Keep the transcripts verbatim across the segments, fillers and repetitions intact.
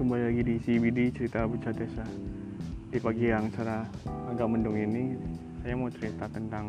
kembali lagi di C B D Cerita Bocah Desa. Di pagi yang cerah agak mendung ini, saya mau cerita tentang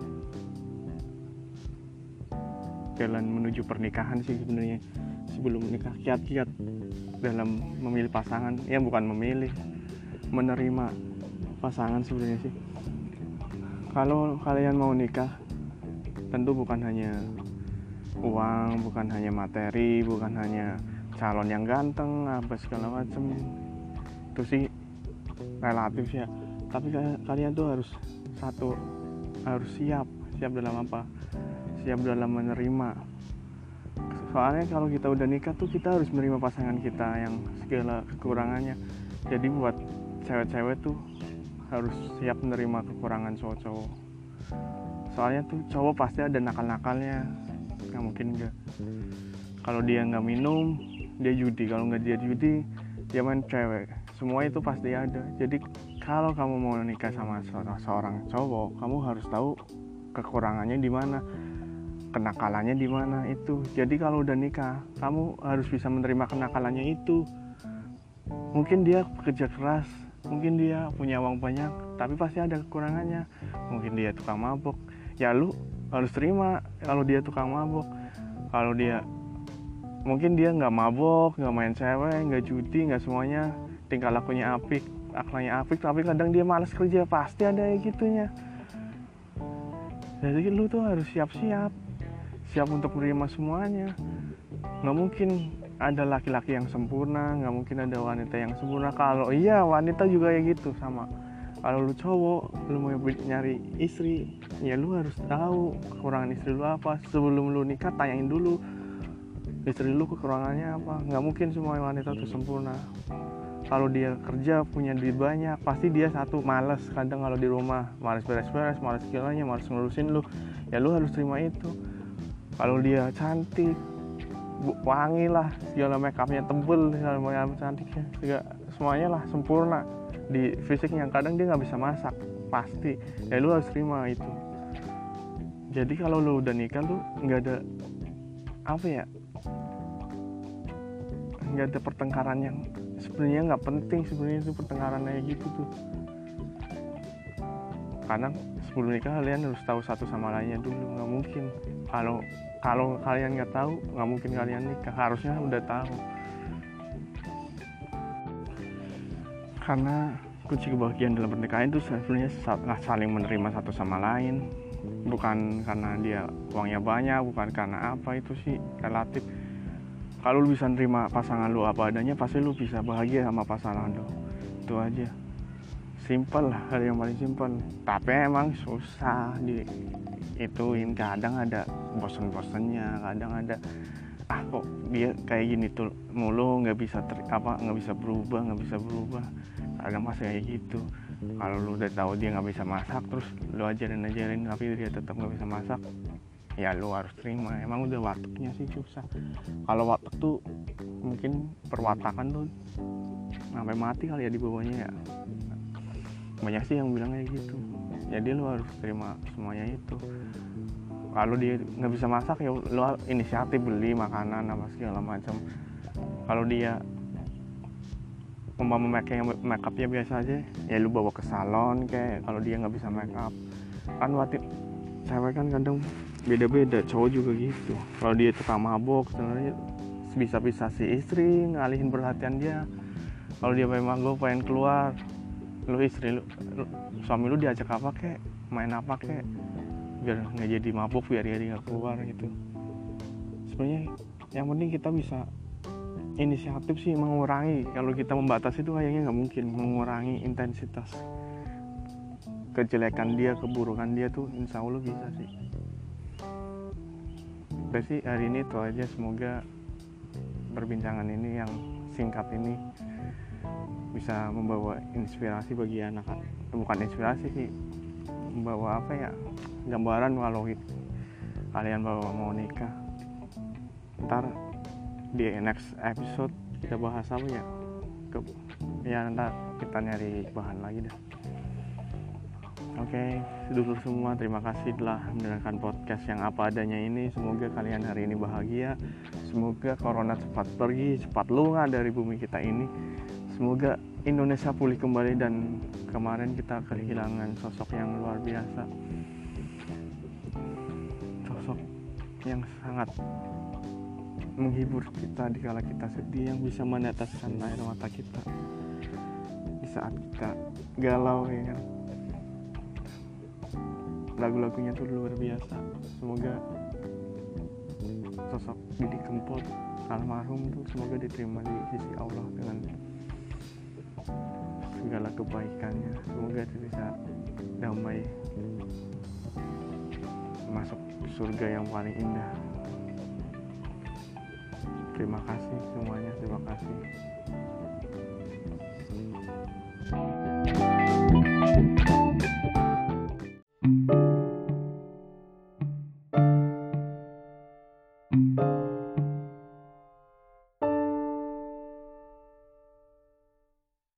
jalan menuju pernikahan sih sebenarnya. Sebelum menikah, kiat-kiat dalam memilih pasangan, ya bukan memilih, menerima pasangan sebenarnya sih. Kalau kalian mau nikah, tentu bukan hanya uang, bukan hanya materi, bukan hanya calon yang ganteng apa segala macam, itu sih relatif ya. Tapi kalian tuh harus satu, harus siap siap dalam apa siap dalam menerima. Soalnya kalau kita udah nikah tuh kita harus menerima pasangan kita yang segala kekurangannya. Jadi buat cewek-cewek tuh harus siap menerima kekurangan cowok-cowok. Soalnya tuh cowok pasti ada nakal-nakalnya, nggak mungkin enggak. Kalau dia nggak minum, dia judi. Kalau nggak dia judi, dia main cewek. Semua itu pasti ada. Jadi kalau kamu mau nikah sama seorang cowok, kamu harus tahu kekurangannya di mana, kenakalannya di mana itu. Jadi kalau udah nikah, kamu harus bisa menerima kenakalannya itu. Mungkin dia bekerja keras, mungkin dia punya uang banyak, tapi pasti ada kekurangannya. Mungkin dia tukang mabok, ya lu harus terima kalau dia tukang mabok. Kalau dia mungkin dia nggak mabok, nggak main cewek, nggak judi, nggak semuanya, tingkah lakunya apik, akhlaknya apik, tapi kadang dia malas kerja, pasti ada kayak gitunya. Jadi lu tuh harus siap-siap, siap untuk menerima semuanya. Nggak mungkin ada laki-laki yang sempurna, nggak mungkin ada wanita yang sempurna. Kalau iya wanita juga kayak gitu sama. Kalau lu cowok, lu mau nyari istri, ya lu harus tahu kekurangan istri lu apa. Sebelum lu nikah, tanyain dulu istri lu kekurangannya apa. Nggak mungkin semua wanita itu sempurna. Kalau dia kerja punya duit banyak, pasti dia satu malas. Kadang kalau di rumah malas beres-beres, malas segalanya, malas ngurusin lu, ya lu harus terima itu. Kalau dia cantik, wangi lah, segala make upnya tebel, segala macam cantiknya, segala, semuanya lah sempurna di fisiknya. Kadang dia nggak bisa masak, pasti, ya lu harus terima itu. Jadi kalau lu udah nikah tuh nggak ada apa ya, nggak ada pertengkaran yang sebenarnya nggak penting. Sebenarnya itu pertengkaran kayak gitu tuh, karena sebelum nikah kalian harus tahu satu sama lainnya dulu. Nggak mungkin kalau kalau kalian nggak tahu, nggak mungkin kalian nikah. Harusnya udah tahu, karena kunci kebahagiaan dalam pernikahan itu sebenarnya saling menerima satu sama lain. Bukan karena dia uangnya banyak, bukan karena apa, itu sih relatif. Kalau lu bisa nerima pasangan lu apa adanya, pasti lu bisa bahagia sama pasangan lu. Itu aja, simple lah, hal yang paling simple. Tapi emang susah di ituin. Kadang ada bosen-bosennya, kadang ada ah kok dia kayak gini tuh mulu, nggak bisa ter, apa nggak bisa berubah nggak bisa berubah kadang masih kayak gitu. Kalau lu udah tahu dia nggak bisa masak, terus lu ajarin ajarin tapi dia tetap nggak bisa masak, ya lu harus terima. Emang udah wataknya sih susah. Kalau watak tuh mungkin perwatakan tuh sampai mati kali ya di bawahnya ya. Banyak sih yang bilang kayak gitu. Jadi lu harus terima semuanya itu. Kalau dia nggak bisa masak, ya lu inisiatif beli makanan apa segala macam. Kalau dia umpama make make upnya biasa aja, ya lu bawa ke salon kayak. Kalau dia nggak bisa make up, kan waktu cewek kan kadang beda-beda, cowok juga gitu. Kalau dia tukang mabok, sebenarnya bisa-bisa si istri ngalihin perhatian dia. Kalau dia pengen mabok, pengen keluar, lu istri lu, lu suami lu diajak apa kek, main apa kek, biar nggak jadi mabuk, biar dia nggak keluar gitu. Sebenarnya yang penting kita bisa inisiatif sih, mengurangi. Kalau kita membatasi itu kayaknya nggak mungkin. Mengurangi intensitas kejelekan dia, keburukan dia tuh insya Allah bisa sih. Udah sih hari ini itu aja. Semoga perbincangan ini yang singkat ini bisa membawa inspirasi bagi anak. Bukan inspirasi sih, membawa apa ya, gambaran kalau kalian bawa mau nikah. Ntar di next episode kita bahas apa ya, Ke, ya ntar kita nyari bahan lagi dah. Oke, okay, dulu semua terima kasih telah mendengarkan podcast yang apa adanya ini. Semoga kalian hari ini bahagia. Semoga corona cepat pergi, cepat lunga dari bumi kita ini. Semoga Indonesia pulih kembali, dan kemarin kita kehilangan sosok yang luar biasa, sosok yang sangat menghibur kita di kala kita sedih, yang bisa meneteskan air mata kita di saat kita galau, ya kan. Lagu-lagunya tuh luar biasa. Semoga sosok Didi Kempot almarhum tuh semoga diterima di sisi Allah dengan segala kebaikannya. Semoga dia bisa damai, masuk surga yang paling indah. Terima kasih semuanya, terima kasih.